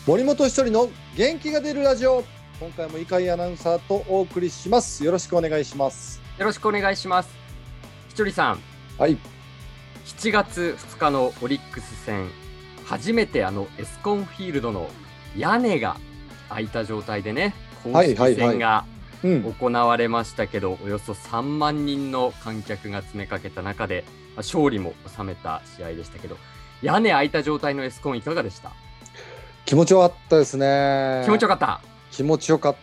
森本一人の元気が出るラジオ。今回も井上アナウンサーとお送りします。よろしくお願いします。 よろしくお願いします。ひとりさん、 はい。 7月2日のオリックス戦、初めてエスコンフィールドの屋根が開いた状態でね、公式戦が行われましたけど、およそ3万人の観客が詰めかけた中で勝利も収めた試合でしたけど、屋根開いた状態のエスコンいかがでした？ 気持ちよかったですね。 気持ちよかった。 気持ちよかった。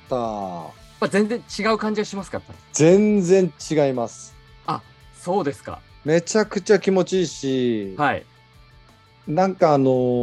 全然違う感じがしますか？ 全然違います。 あ、そうですか。 めちゃくちゃ気持ちいいし、 はい。 なんか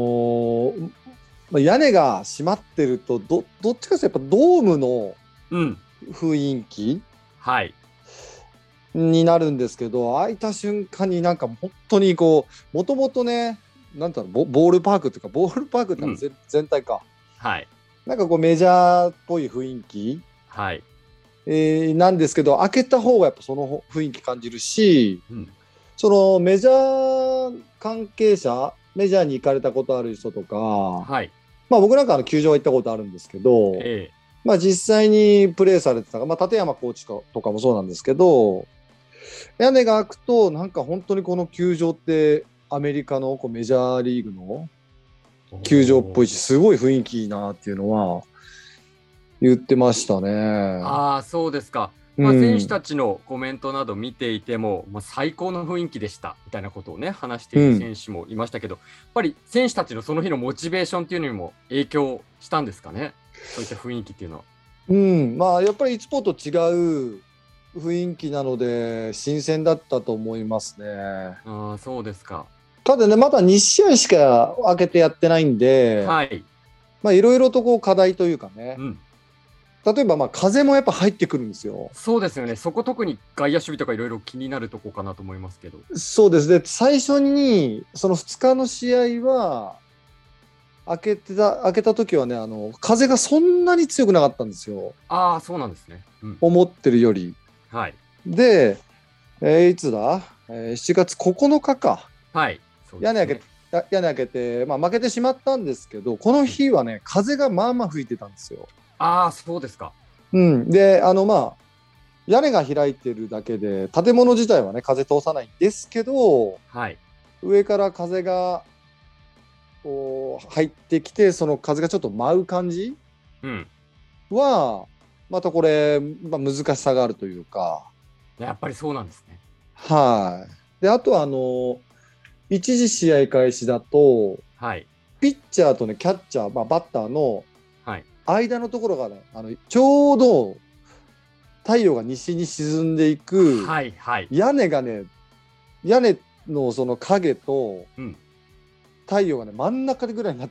屋根が閉まってるとどっちかというとやっぱドームの雰囲気、 はい。 になるんですけど、開いた瞬間になんか本当にこう、もともとね、なんだろう、ボールパークっていうか、ボールパークってのは全体か。 はい。 なんかこうメジャーっぽい雰囲気、 はい。 なんですけど、開けた方がやっぱその雰囲気感じるし、そのメジャー関係者、メジャーに行かれたことある人とか、 はい。 まあ僕なんか球場は行ったことあるんですけど、まあ実際にプレーされてた、まあ立山コーチとかもそうなんですけど、屋根が開くとなんか本当にこの球場ってアメリカのこうメジャーリーグの球場っぽいし、すごい雰囲気いいなっていうのは言ってましたね。 ああ、そうですか。選手たちのコメントなど見ていても、最高の雰囲気でしたみたいなことをね、話している選手もいましたけど、やっぱり選手たちのその日のモチベーションっていうのにも影響したんですかね、そういった雰囲気っていうのは。 まあやっぱりいつもと違う雰囲気なので新鮮だったと思いますね。 ああ、そうですか。 ただね、まだ2試合しか開けてやってないんで、 はい。 まあいろいろとこう課題というかね、例えばまあ風もやっぱ入ってくるんですよ。 そうですよね。そこ特に外野守備とかいろいろ気になるとこかなと思いますけど。 そうですね。最初にその2日の試合は開けた時はね、風がそんなに強くなかったんですよ。 ああ、そうなんですね。 思ってるより。 はい。 で、いつだ、7月9日か。 はい。 屋根開けて、まあ、負けてしまったんですけど、この日はね、風がまあまあ吹いてたんですよ。 ああ、そうですか。 で、まあ、屋根が開いてるだけで、建物自体はね、風通さないんですけど、 はい。 上から風がこう入ってきて、その風がちょっと舞う感じは、またこれ、まあ、難しさがあるというか。 やっぱりそうなんですね。 はい。で、あとは一時試合開始だと、 はい。 ピッチャーとね、キャッチャー、まあ、バッターのはい。 間のところがね、ちょうど太陽が西に沈んでいく、 はいはい。 屋根のその影と太陽がね、真ん中でぐらいになって、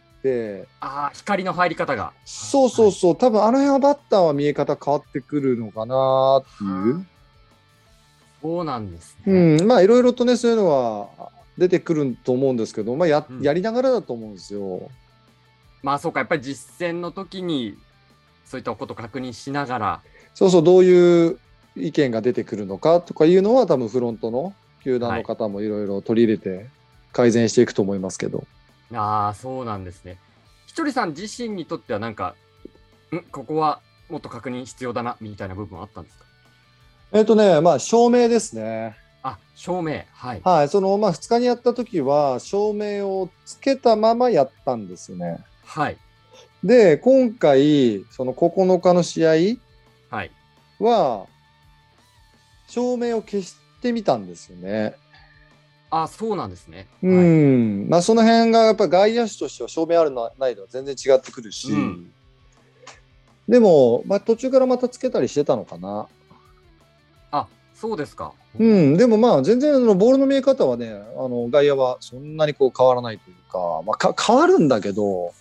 ああ、光の入り方が。 そうそうそう、多分あの辺はバッターは見え方変わってくるのかなっていう。 そうなんですね。 まあいろいろとね、そういうのは出てくると思うんですけど、まあやりながらだと思うんですよ。 まあそうか、やっぱり実戦の時にそういったことを確認しながら。 そうそう、どういう意見が出てくるのかとかいうのは多分フロントの球団の方もいろいろ取り入れて改善していくと思いますけど。 ああ、そうなんですね。ひとりさん自身にとってはなんか、ここはもっと確認必要だなみたいな部分はあったんですか？ まあ照明ですね。 あ、照明。はい。 はい、まあ2日にやった時は照明をつけたままやったんですよね。 はい。 で、今回その9日の試合は照明を消してみたんですよね。 あ、そうなんですね。 まあその辺がやっぱ外野手としては照明あるのないのは全然違ってくるし、でも、まあ、途中からまたつけたりしてたのかな。 あ、そうですか。 でもまあ全然ボールの見え方はね、外野はそんなにこう変わらないというか、まあ、変わるんだけど、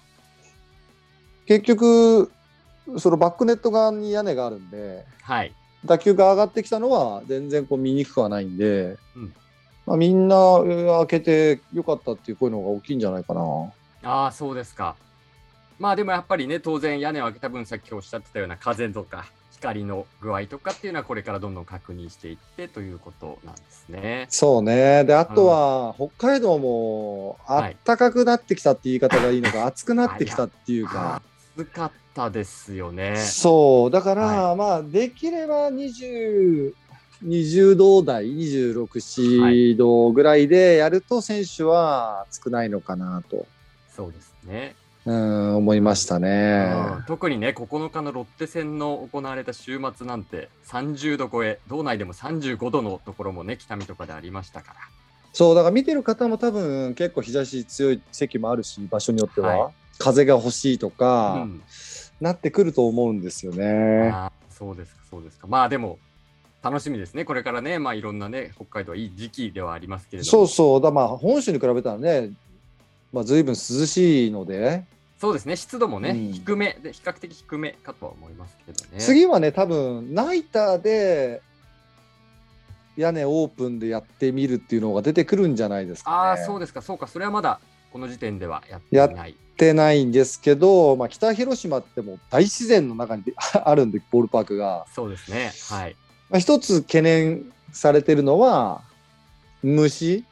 結局そのバックネット側に屋根があるんで、打球が上がってきたのは全然こう見にくくはないんで、まあ、みんな開けてよかったっていう声の方が大きいんじゃないかな。 ああ、そうですか。まあでもやっぱりね、当然屋根を開けた分、さっきおっしゃってたような風とか光の具合とかっていうのはこれからどんどん確認していってということなんですね。 そうね。で、あとは、北海道もあったかくなってきたって言い方がいいのか、暑くなってきたっていうか。 暑かったですよね。 そう。だから、まあ、できれば20度台、26、7度ぐらいでやると選手は少ないのかなと。 そうですね。 思いましたね。 特にね、9日のロッテ戦の行われた週末なんて30度超え、道内でも35度のところもね、北見とかでありましたから。 そう、だから見てる方も多分結構日差し強い席もあるし、場所によっては、風が欲しいとか、なってくると思うんですよね。 そうですか、そうですか。まあでも、楽しみですね。これからね、まあいろんなね、北海道はいい時期ではありますけれども。 そうそう。まあ本州に比べたらね、まあ随分涼しいので。 そうですね。湿度もね、低めで、比較的低めかとは思いますけどね。 次はね、多分、ナイターで屋根オープンでやってみるっていうのが出てくるんじゃないですかね。 そうですか、そうか。それはまだこの時点ではやってない。 やってないんですけど、まあ、北広島ってもう大自然の中にあるんで、ボールパークが。 そうですね。はい。 まあ、一つ懸念されてるのは、虫。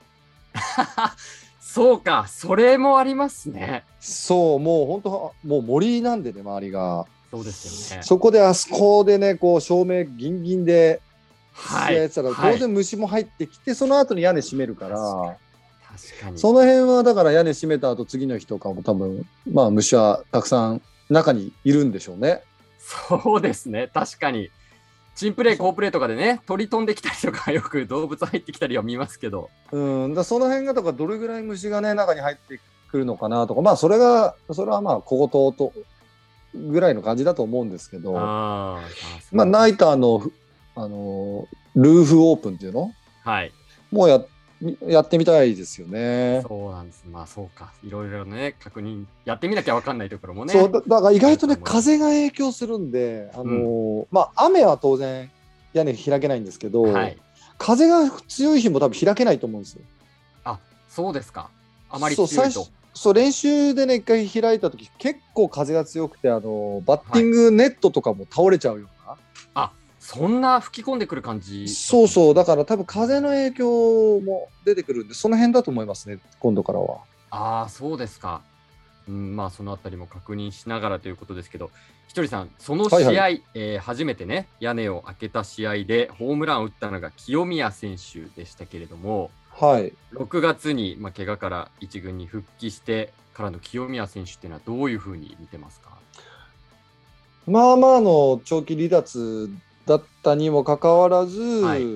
そうか、それもありますね。 そう、もう本当、もう森なんでね、周りが。 そうですよね。 そこであそこでね、こう照明ギンギンで試合やってたら、当然虫も入ってきて、その後に屋根閉めるから、 確かにその辺はだから屋根閉めた後、次の日とかも多分、まあ虫はたくさん中にいるんでしょうね。 そうですね、確かに。チンプレー、好プレーとかでね、鳥飛んできたりとか、よく動物入ってきたりは見ますけど。 その辺がとか、どれぐらい虫がね、中に入ってくるのかなとか、まあ、それはまあ、小言とぐらいの感じだと思うんですけど、まあ、ナイターの、ルーフオープンっていうの、もうやってみたいですよね。 そうなんです。まあ、そうか。いろいろね、確認、やってみなきゃ分かんないところもね。 そう、だから意外とね、風が影響するんで、まあ、雨は当然屋根開けないんですけど、風が強い日も多分開けないと思うんですよ。 あ、そうですか。あまり強いと。 そう、練習でね、一回開いた時結構風が強くて、バッティングネットとかも倒れちゃうような。 そんな吹き込んでくる感じ。 そうそう、だから多分風の影響も出てくるんで、その辺だと思いますね、今度からは。 そうですか。まあそのあたりも確認しながらということですけど、ひとりさん、その試合、初めてね、屋根を開けた試合でホームランを打ったのが清宮選手でしたけれども、6月に、怪我から1軍に復帰してからの清宮選手っていうのはどういうふうに見てますか？ まあまあの長期離脱だったにもかかわらず、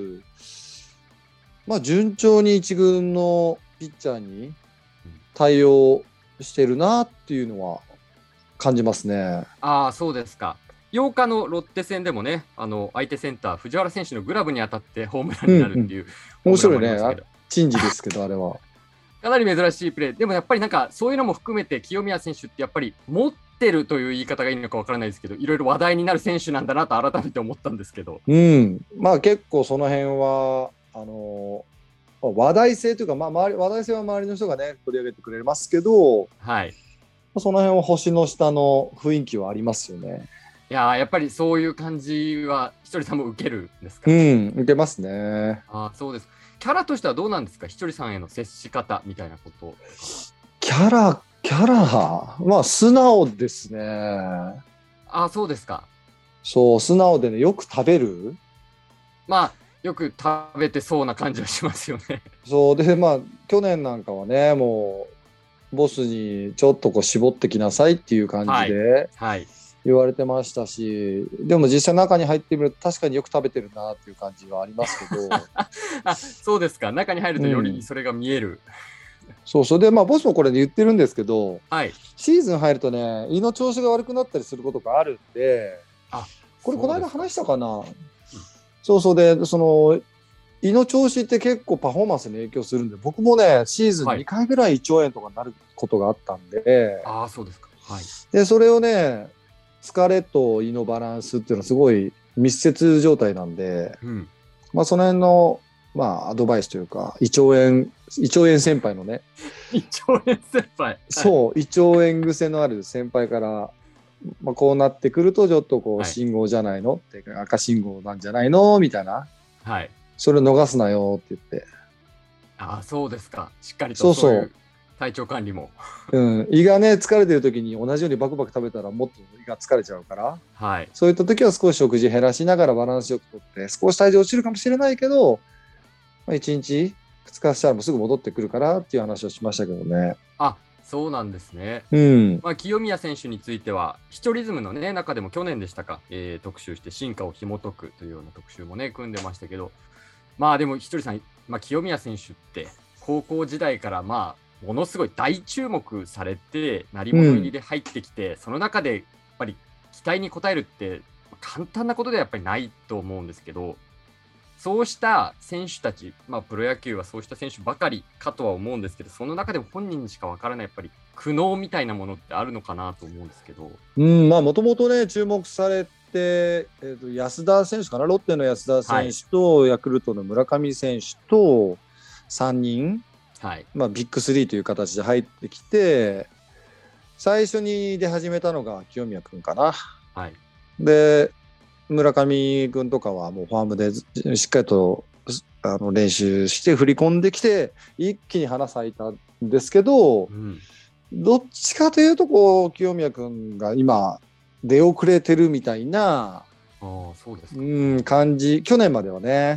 まあ順調に1軍のピッチャーに対応してるなっていうのは感じますね。 そうですか。8日のロッテ戦でもね、相手センター藤原選手のグラブに当たってホームランになるっていう、 面白いね。珍事ですけどあれはかなり珍しいプレーでもやっぱりなんかそういうのも含めて清宮選手ってやっぱり持ってるという言い方がいいのかわからないですけど、いろいろ話題になる選手なんだなと改めて思ったんですけど、 まあ結構その辺は話題性というか、まあ、話題性は周りの人がね取り上げてくれますけど、その辺は星の下の雰囲気はありますよね。 いややっぱりそういう感じはひとりさんも受けるんですか？ 受けますね。 そうです。キャラとしてはどうなんですか？ひとりさんへの接し方みたいなこと。 キャラまあ素直ですね。 そうですか。 そう、素直でね、よく食べる。 まあよく食べてそうな感じはしますよね。 そうで、まあ去年なんかはね、もうボスにちょっとこう絞ってきなさいっていう感じで言われてましたし、でも実際中に入ってみると確かによく食べてるなっていう感じはありますけどそうですか。中に入るとよりそれが見える、 そうで、まあボスもこれで言ってるんですけど、シーズン入るとね、胃の調子が悪くなったりすることがあるんで、これこの間話したかな。そうで、その胃の調子って結構パフォーマンスに影響するんで、僕もねシーズン2回ぐらい胃腸炎とかになることがあったんで、 そうですか。 でそれをね、疲れと胃のバランスっていうのはすごい密接状態なんで、まあその辺のまあアドバイスというか、胃腸炎先輩のね胃腸炎先輩、 そう、胃腸炎癖のある先輩からこうなってくるとちょっとこう信号じゃないの、っていうか赤信号なんじゃないのみたいな、それを逃すなよって言って。 ああ、そうですか。しっかりとそういう体調管理も。 胃がね疲れてる時に同じようにバクバク食べたらもっと胃が疲れちゃうから、そういった時は少し食事減らしながらバランスよくとって少し体重落ちるかもしれないけど、1日2日したらもうすぐ戻ってくるからっていう話をしましたけどね。 あ、そうなんですね。清宮選手についてはヒチョリズムの、ね、中でも去年でしたか、特集して進化を紐解くというような特集もね組んでましたけど、でもひとりさん、清宮選手って高校時代からものすごい大注目されて鳴り物入りで入ってきて、その中でやっぱり期待に応えるって簡単なことではやっぱりないと思うんですけど、そうした選手たち、プロ野球はそうした選手ばかりかとは思うんですけど、その中でも本人にしかわからないやっぱり苦悩みたいなものってあるのかなと思うんですけど。 もともとね注目されて、安田選手かな、ロッテの安田選手と、ヤクルトの村上選手と3人、ビッグ3という形で入ってきて、最初に出始めたのが清宮君かな。で村上君とかはもうファームでしっかりと練習して振り込んできて一気に花咲いたんですけど、どっちかというとこう清宮君が今出遅れてるみたいな感じ、去年まではね。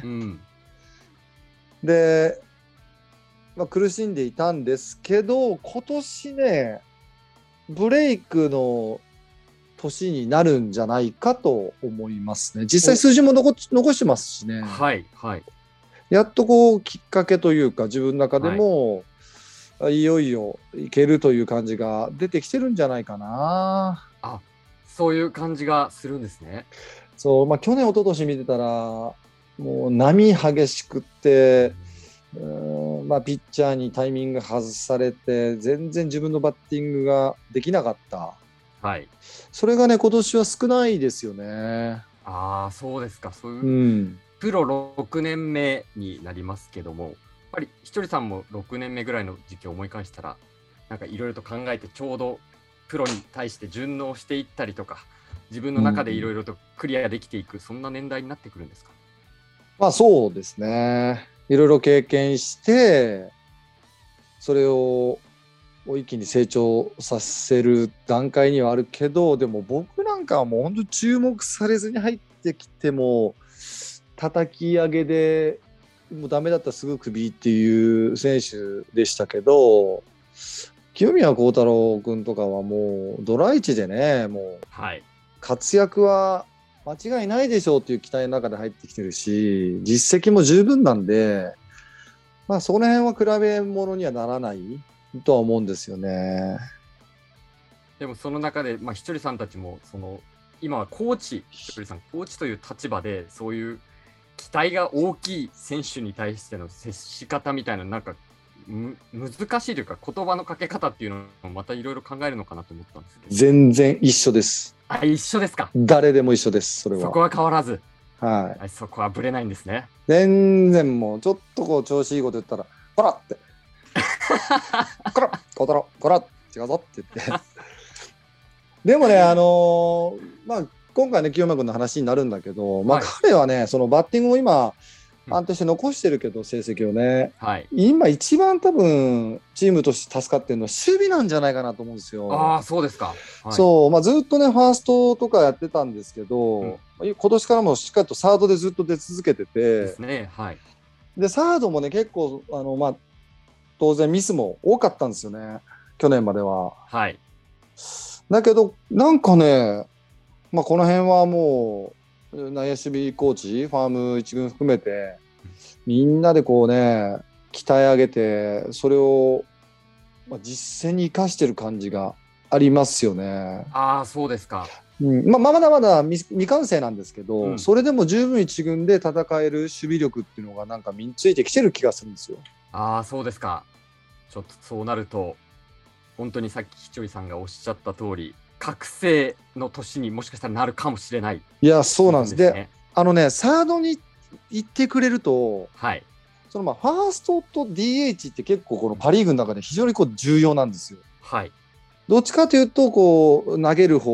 で、苦しんでいたんですけど、今年ねブレイクの年になるんじゃないかと思いますね。実際数字も残してますしね。やっとこうきっかけというか自分の中でも、いよいよいけるという感じが出てきてるんじゃないかな。 そういう感じがするんですね。 そう、去年一昨年見てたらもう波激しくってピッチャーにタイミング外されて全然自分のバッティングができなかった。それがね今年は少ないですよね。 そうですか。そういう、プロ6年目になりますけども、やっぱりひとりさんも6年目ぐらいの時期を思い返したらなんかいろいろと考えてちょうどプロに対して順応していったりとか自分の中でいろいろとクリアできていく、そんな年代になってくるんですか？ そうですね。いろいろ経験してそれを一気に成長させる段階にはあるけど、でも僕なんかはもう本当注目されずに入ってきても叩き上げでもうダメだったらすぐクビっていう選手でしたけど、清宮幸太郎君とかはもうドラ1でねもう活躍は間違いないでしょうっていう期待の中で入ってきてるし、実績も十分なんで、その辺は比べ物にはならないとは思うんですよね。 でもその中で、ひとりさんたちも今はコーチ、ひとりさんコーチという立場でそういう期待が大きい選手に対しての接し方みたいななんか難しいというか言葉のかけ方っていうのをまたいろいろ考えるのかなと思ったんですけど。 全然一緒です。 一緒ですか？ 誰でも一緒です。それは。 そこは変わらず。 そこはぶれないんですね。 全然もうちょっとこう調子いいこと言ったらこらってこら幸太郎こら違うぞって言ってでもね今回ね清宮君の話になるんだけど、彼はねそのバッティングも今安定して残してるけど成績をね、今一番多分チームとして助かってるのは守備なんじゃないかなと思うんですよ。 そうですか。 そうずっとねファーストとかやってたんですけど、今年からもしっかりとサードでずっと出続けててですね。 でサードもね結構当然ミスも多かったんですよね去年までは。だけどなんかねこの辺はもう内野守備コーチファーム一軍含めてみんなでこうね鍛え上げてそれを実践に生かしてる感じがありますよね。 そうですか。 まだまだ未完成なんですけど、それでも十分一軍で戦える守備力っていうのがなんか身についてきてる気がするんですよ。 そうですか。ちょっとそうなると本当にさっきひちょいさんがおっしゃった通り覚醒の年にもしかしたらなるかもしれない。 いやそうなんです。でサードに行ってくれると、そのファーストと DH って結構このパ・リーグの中で非常にこう重要なんですよ。どっちかというとこう投げる方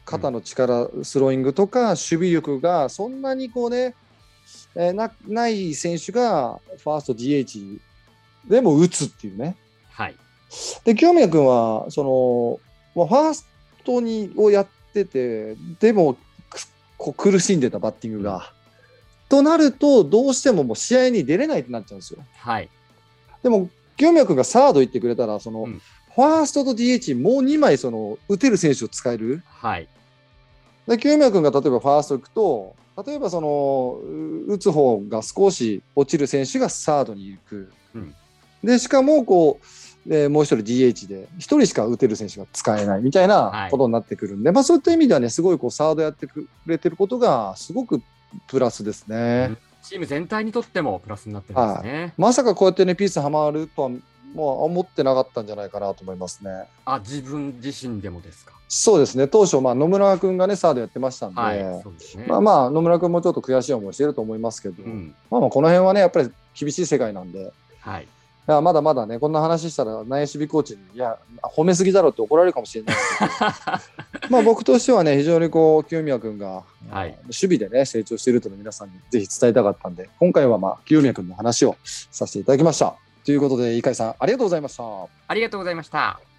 肩の力、スローイングとか守備力がそんなにこうね、ない選手がファースト DH でも打つっていうね。 はい。 で清宮君はその、ファーストをやってて、でもこう苦しんでたバッティングが、となるとどうしてももう試合に出れないってなっちゃうんですよ。 はい。 でも清宮君がサード行ってくれたら、その、ファーストと DH もう2枚その打てる選手を使える。 はい。 で清宮君が例えばファースト行くと、例えばその打つ方が少し落ちる選手がサードに行く。でしかもこう、もう一人 DH で一人しか打てる選手が使えないみたいなことになってくるんで、まあそういった意味ではね、すごいこうサードやってくれてることがすごくプラスですね。 チーム全体にとってもプラスになってるんですね。 まさかこうやってねピースはまるとはもう思ってなかったんじゃないかなと思いますね。 自分自身でもですか？ そうですね。当初、野村君がねサードやってましたんで、 そうですね。 野村君もちょっと悔しい思いしてると思いますけど、この辺はねやっぱり厳しい世界なんで、いやまだまだねこんな話したら内野守備コーチにいや褒めすぎだろって怒られるかもしれないですけど僕としてはね非常にこう清宮君が、守備でね成長しているというのを皆さんにぜひ伝えたかったんで、今回は清宮君の話をさせていただきました。ということで、井海さんありがとうございました。 ありがとうございました。